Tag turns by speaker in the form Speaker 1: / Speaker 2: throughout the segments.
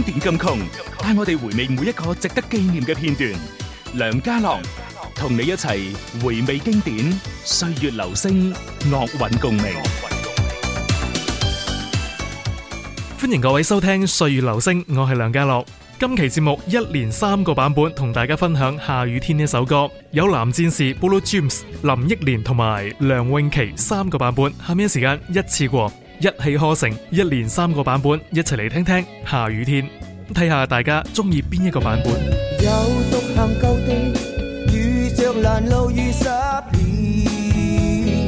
Speaker 1: 典金曲，帶我哋回味每一個值得紀念嘅片段。梁家樂同你一齊回味經典，歲月留聲，樂韻共鳴。
Speaker 2: 歡迎各位收聽《歲月留聲》，我係梁家樂。今期節目一連3個版本同大家分享《下雨天》呢首歌，有男戰士 Bolo James、林憶蓮同埋梁詠琪3個版本。下面嘅時間一次過一氣呵成，一連3個版本一齊嚟聽聽《下雨天》，睇下大家中意邊一個版本。
Speaker 3: 有獨行舊地，遇着攔路遇濕遍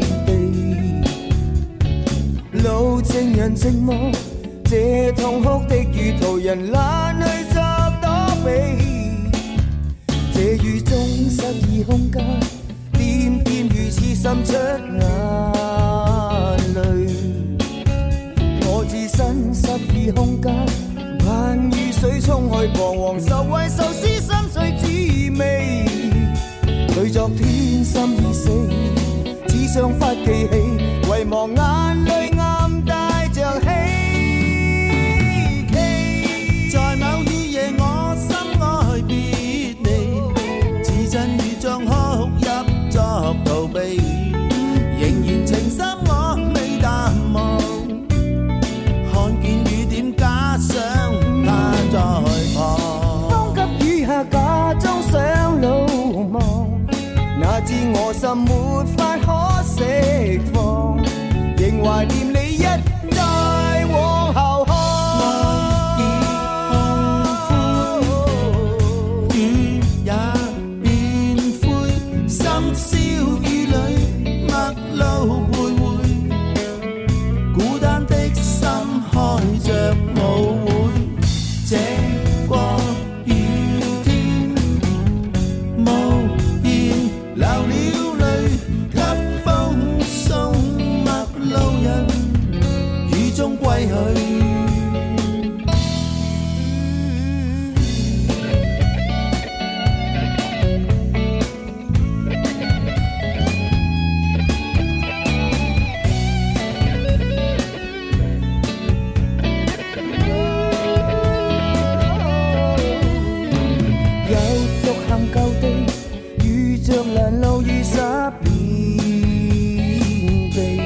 Speaker 3: 地，路情人寂寞，這痛哭的雨途人懶去作躲避，這雨中失意空間，點點如此滲出眼淚，我置身失意空間，盼雨水沖去彷徨愁懷愁思心碎滋味，對昨天心已死，只想忽記起，遺忘眼淚暗帶着希冀，在某雨夜我心愛別離，似陣雨像哭泣作逃避，仍然情深我未淡忘，看見雨點加上他在旁，風急雨下假裝想魯莽，哪知我心沒法可釋放，仍懷念你一再往後看。雨也變灰，深宵雨裏陌路徘徊，孤單的心開着舞會，這個雨天無言流了淚，給風送陌路人，雨中歸去。攔路遇濕遍地，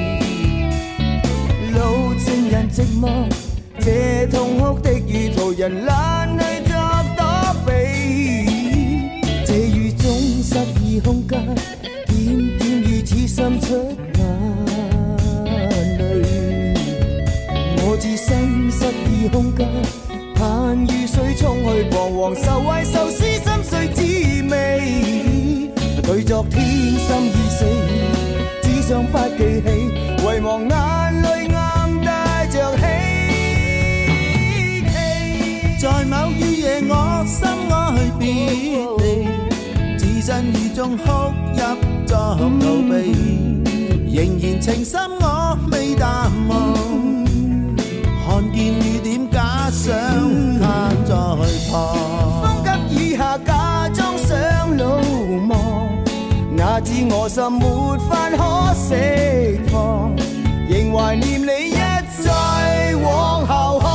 Speaker 3: 路情人寂寞，這痛哭的雨途人懶去作躲避，這雨中失意空間，點點如此滲出眼淚，我置身失意空間，盼雨水沖去彷徨愁懷愁思心碎滋味，對昨天心已死，只想不記起，遺忘眼淚暗帶着希冀，在某雨夜我心愛別離，置身雨中哭泣作逃避，仍然情深我未淡忘，看見雨點假想他在旁，風急雨下假裝想魯莽，哪知我心沒法可釋放，仍懷念你一再往後看。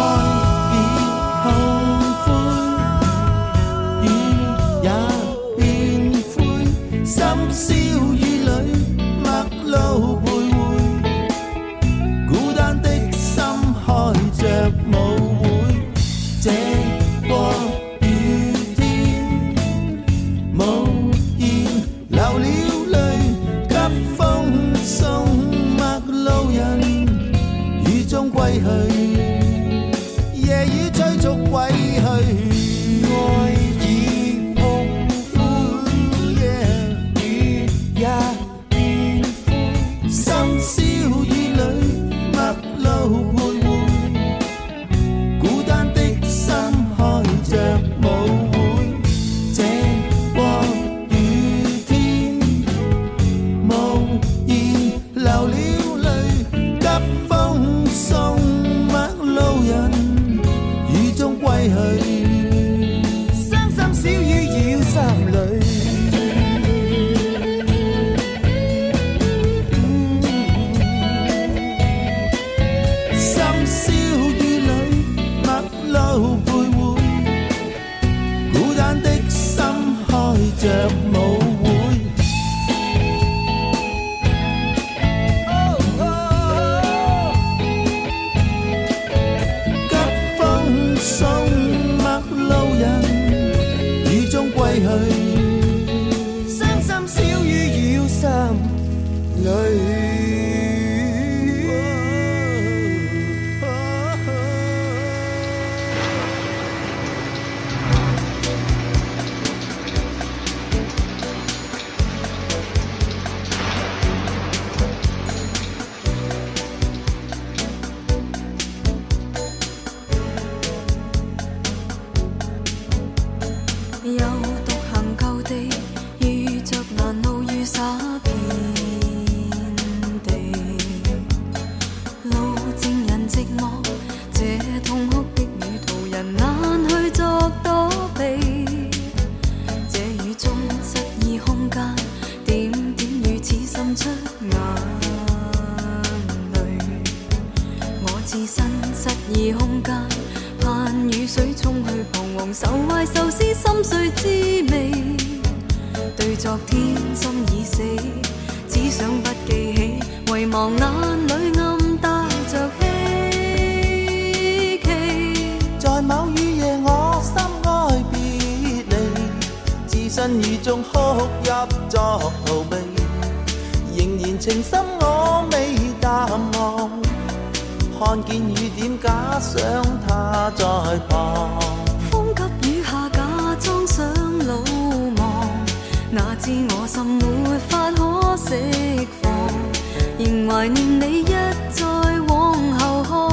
Speaker 3: 愛已空灰，雨也變灰，深宵雨裏陌路徘徊，孤單的心開着舞會，這個雨天無言流了淚，給風送陌路人，雨中歸去，夜雨催促歸去，愛已空灰，雨也變灰，深宵雨裏陌路徘徊，孤單的心開着舞會，這個雨天無言流了淚，給風送陌路人，雨中歸去，深
Speaker 4: 置身失意空間，盼雨水沖去彷徨，愁懷愁思心碎滋味。對昨天心已死，只想不記起，遺忘眼裏暗帶着希冀。
Speaker 3: 在某雨夜我心哀別離，置身雨中哭泣作逃避，仍然情深我未淡忘，看見雨點假想他在旁。
Speaker 4: 風急雨下假裝想魯莽，哪知我心沒法可釋放，仍懷念你一再往後看。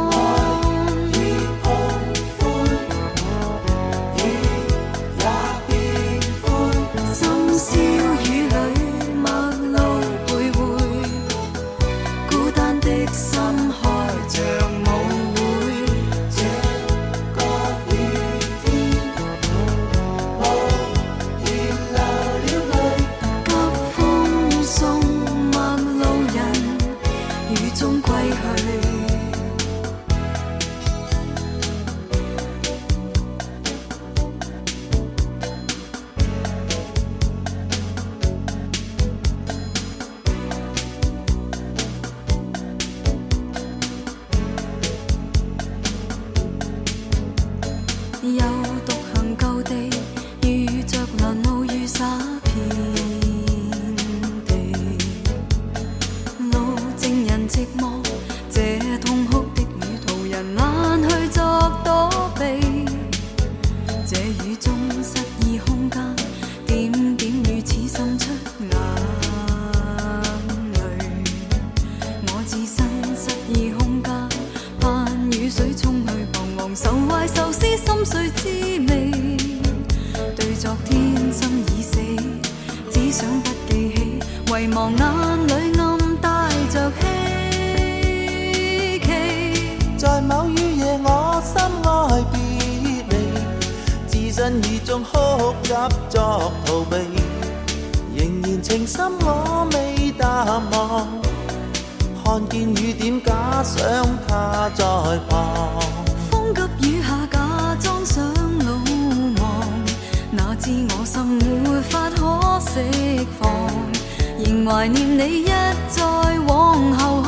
Speaker 4: 又獨行舊地，遇着攔路雨灑遍地，路靜人寂寞，這痛哭的雨途人懶去作躲避，這雨中失意空間，點點雨似滲出眼淚，我置身失意空間，盼雨水沖去彷徨，愁懷愁思心碎滋味。對昨天心已死，只想不記起，遺忘眼裏暗帶着希冀。
Speaker 3: 在某雨夜我心哀別離，置身雨中哭泣作逃避，仍然情深我未淡忘，看見雨點假想他在旁。
Speaker 4: 風急雨下假裝想魯莽，哪知我心沒法可釋放，仍懷念你一再往後看。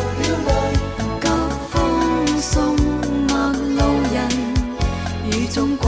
Speaker 4: 中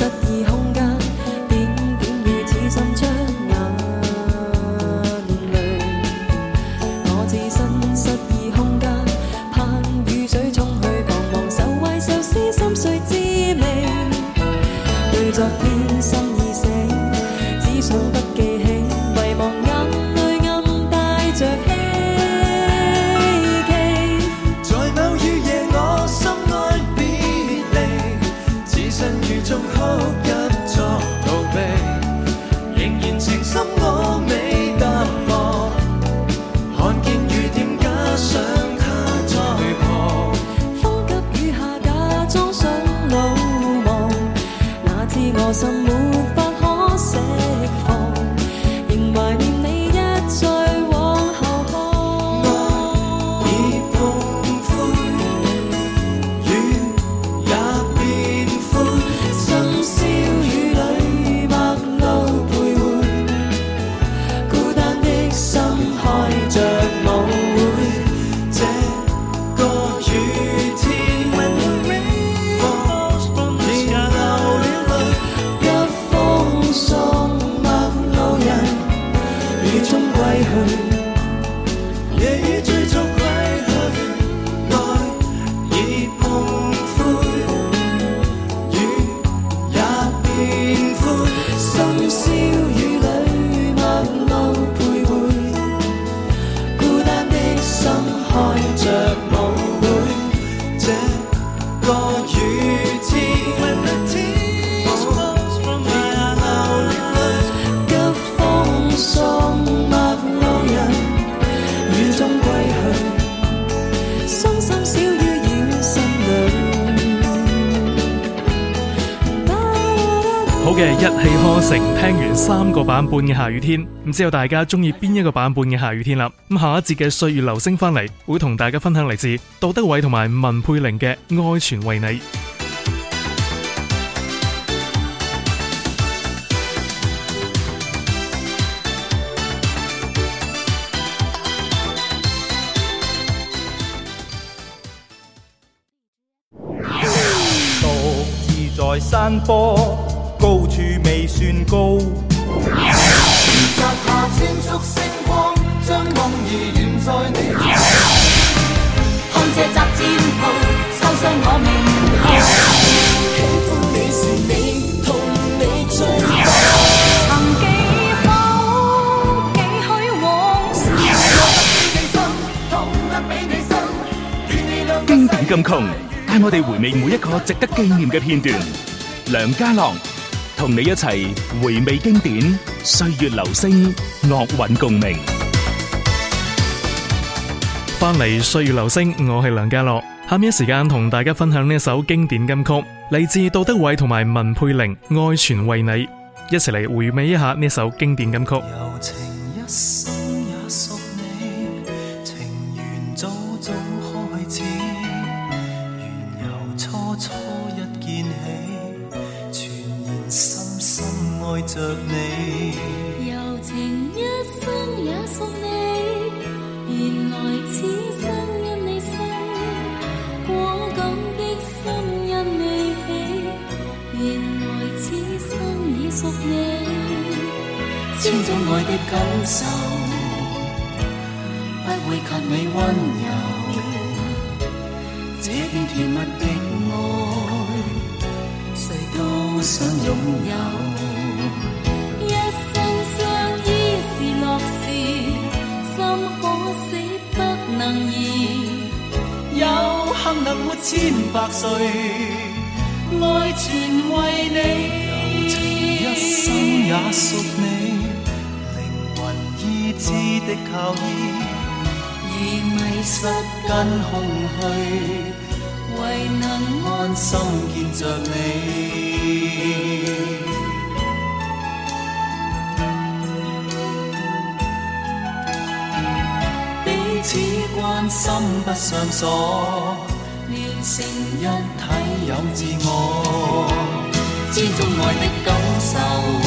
Speaker 4: 意空間，點點如此心將眼淚。我置身失意空間，盼雨水沖去彷徨愁懷愁思心碎滋味。對昨天心已死，只想不記起，遺忘眼淚暗帶着希冀。
Speaker 3: 在某雨夜我心愛別離，置身雨中哭泣作逃避，仍然情深我未淡忘，看見雨點加上它再破。
Speaker 4: 風急雨下假裝想老忘，哪知我心沒法可釋放，仍懷念你一再往後看。
Speaker 3: 愛已碰灰，雨也變灰，
Speaker 4: 深宵雨裏陌路徘徊，孤單的心開着舞會。
Speaker 3: 這個雨天when the rain falls from the sky，然流了淚，
Speaker 4: 急風送陌路人，雨中歸去。
Speaker 3: 夜雨追逐歸去，愛已碰灰，雨也變灰。
Speaker 4: 深宵雨裏陌路徘徊，孤單的心開着舞會。
Speaker 3: 這個雨天 when the tears falls from the sky，流了淚，
Speaker 4: 急風送陌路人，雨中歸去，傷心小雨繞心裏。
Speaker 2: 好嘅，一氣呵成，聽完3個版本嘅下雨天，唔知道大家中意邊一個版本嘅下雨天啦。咁下一節嘅歲月流星翻嚟，會同大家分享嚟自杜德偉同埋文佩玲嘅《愛全為你》。
Speaker 5: 獨自在山坡，高處未算高。
Speaker 3: 摘下千束星光，將夢兒懸在你前。
Speaker 4: 看這集戰袍，繡上我名號。
Speaker 3: 喜歡你是你同你最多。
Speaker 4: 曾記否幾許往事？
Speaker 1: 經典金曲帶我哋回味每一個值得紀念嘅片段。梁家樂同你一齊回味經典，歲月留聲，樂韻共鳴。
Speaker 2: 翻嚟歲月流星，我係梁家樂。下面一時間同大家分享呢一首經典金曲，嚟自杜德偉同埋文佩玲《愛全為你》，一齊嚟回味一下呢首經典金曲。
Speaker 3: 柔情一生也屬你，情緣早早開始，緣由初初一見起，全然深深愛着你。
Speaker 4: 柔情一生也屬你，原來此生因你生，果敢的心因你起，原來此生已屬你。
Speaker 3: 千種愛的感受，不會及你溫柔，這段甜蜜的愛，誰都想擁有。
Speaker 4: 一生相依是樂事，心可死不能移。
Speaker 3: 有幸能活千百歲，愛全為你。柔情一生也屬你，靈魂醫治的靠醫，而迷失跟空虛，唯能安心見着你。彼此關心不上鎖，連成一體有自我，千種愛的感受，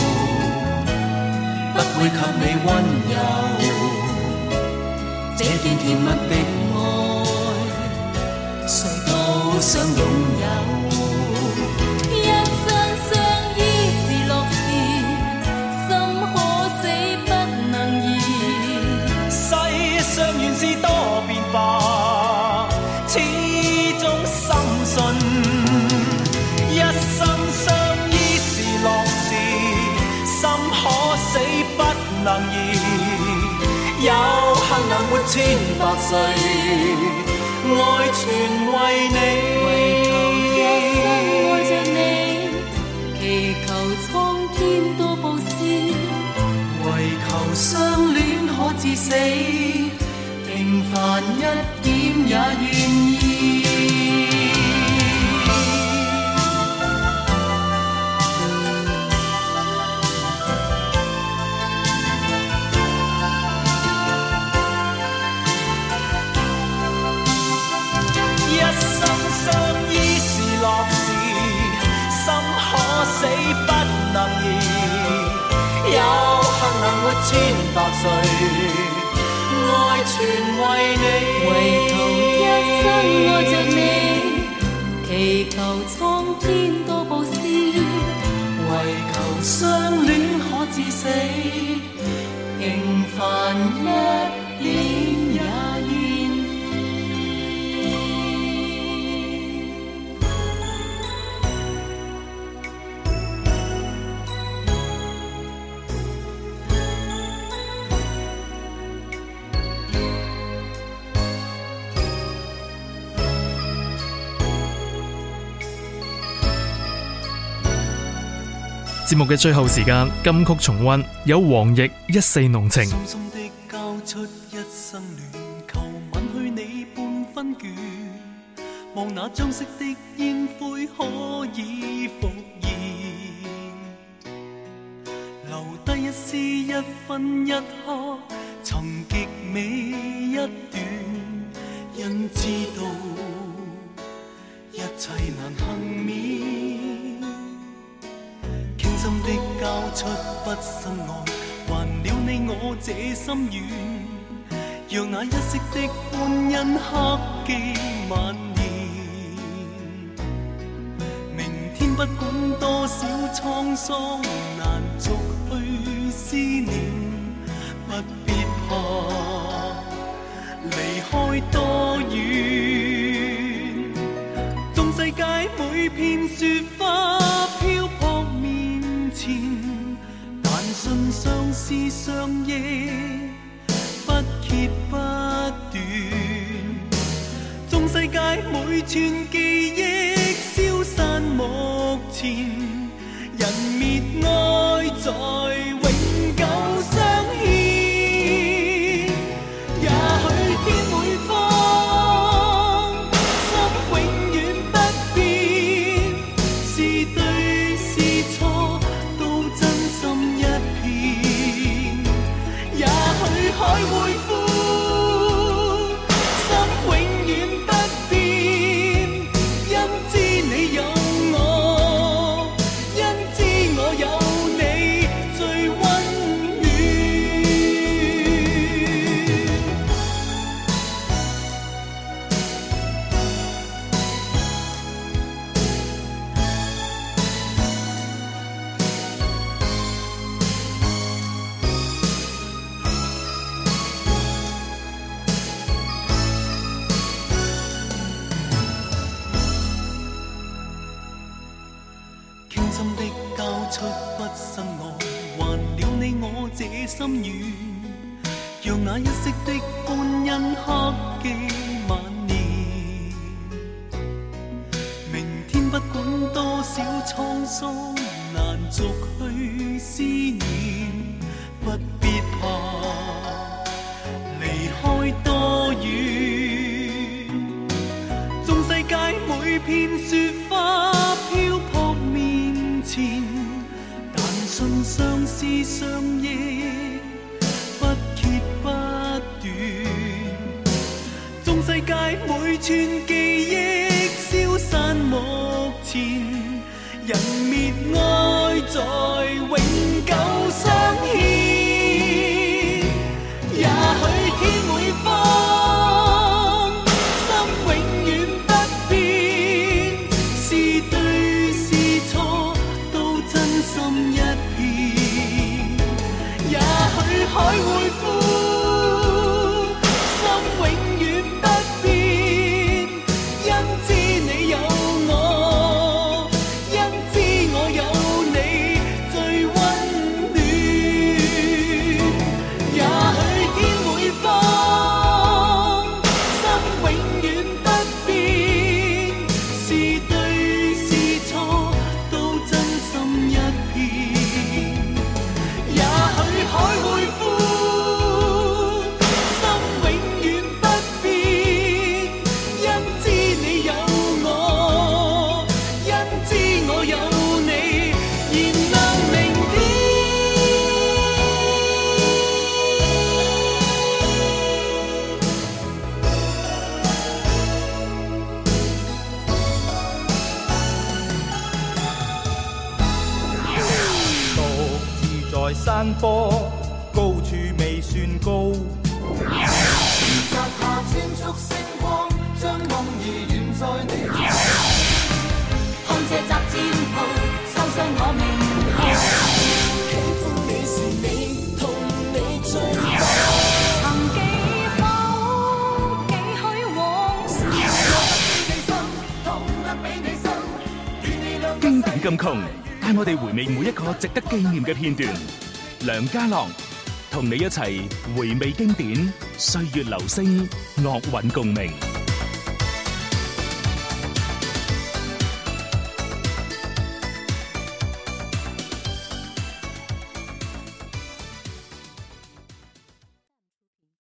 Speaker 3: 不會及你溫柔，這段甜蜜的愛，誰都想擁有。
Speaker 4: 一生相依
Speaker 3: 千百歲，愛全為你。
Speaker 4: 唯求一生愛着你，祈求蒼天多布施，
Speaker 3: 為求相戀可至死，平凡一點也願意。一生相依是樂事，心可死不能移。有幸能活千百歲，愛全為你。
Speaker 4: 唯求一生愛着你，祈求蒼天多布施，
Speaker 3: 為求相戀可至死，平凡一點也願意。
Speaker 2: 節目嘅最後時間，金曲重溫有黃奕一世濃情。
Speaker 3: 深深的交出一生戀，求吻去你半分倦，望那將熄的煙灰可以復燃，留低一絲一分一刻，曾極美一段，因知道一切難幸免。傾心的交出不生愛，還了你我這心願，讓那一息的歡欣刻記萬年。明天不管多少滄桑難續去思念，不必怕離開多遠，縱世界每片雪花飄泊面前，但信相思相憶不歇不斷，縱世界每寸記憶消散目前，人滅愛在永久相牽。也許天會荒，心永遠不變，是對是錯都真心一片。也許海會枯，心永遠不變，因知你有我，因知我有你最溫暖。傾心的交出不生愛，還了你我這心願，讓那一息的歡欣刻記萬年。明天不管多少滄桑難續去思念，不必怕離開多遠，縱世界每片雪花飄泊面前，但信相思相憶不歇不斷，縱世界每寸記憶消散目前，人滅愛在永久相牽。也許天會荒，心永遠不變，是對是錯都真心一片。也許海會枯，心永遠不變，因知你有我，因知我有你最溫暖。也許天會荒，
Speaker 5: 山坡，高處未算高。
Speaker 3: 摘下千束星光，將夢兒懸在你左。
Speaker 4: 看這集戰袍，繡上我名號。
Speaker 3: 喜歡你是你同你最好。
Speaker 4: 曾記否幾許往事？
Speaker 1: 經典金曲帶我哋回味每一個值得紀念嘅片段。梁家樂同你一齊回味經典，歲月留聲，樂韻共鳴。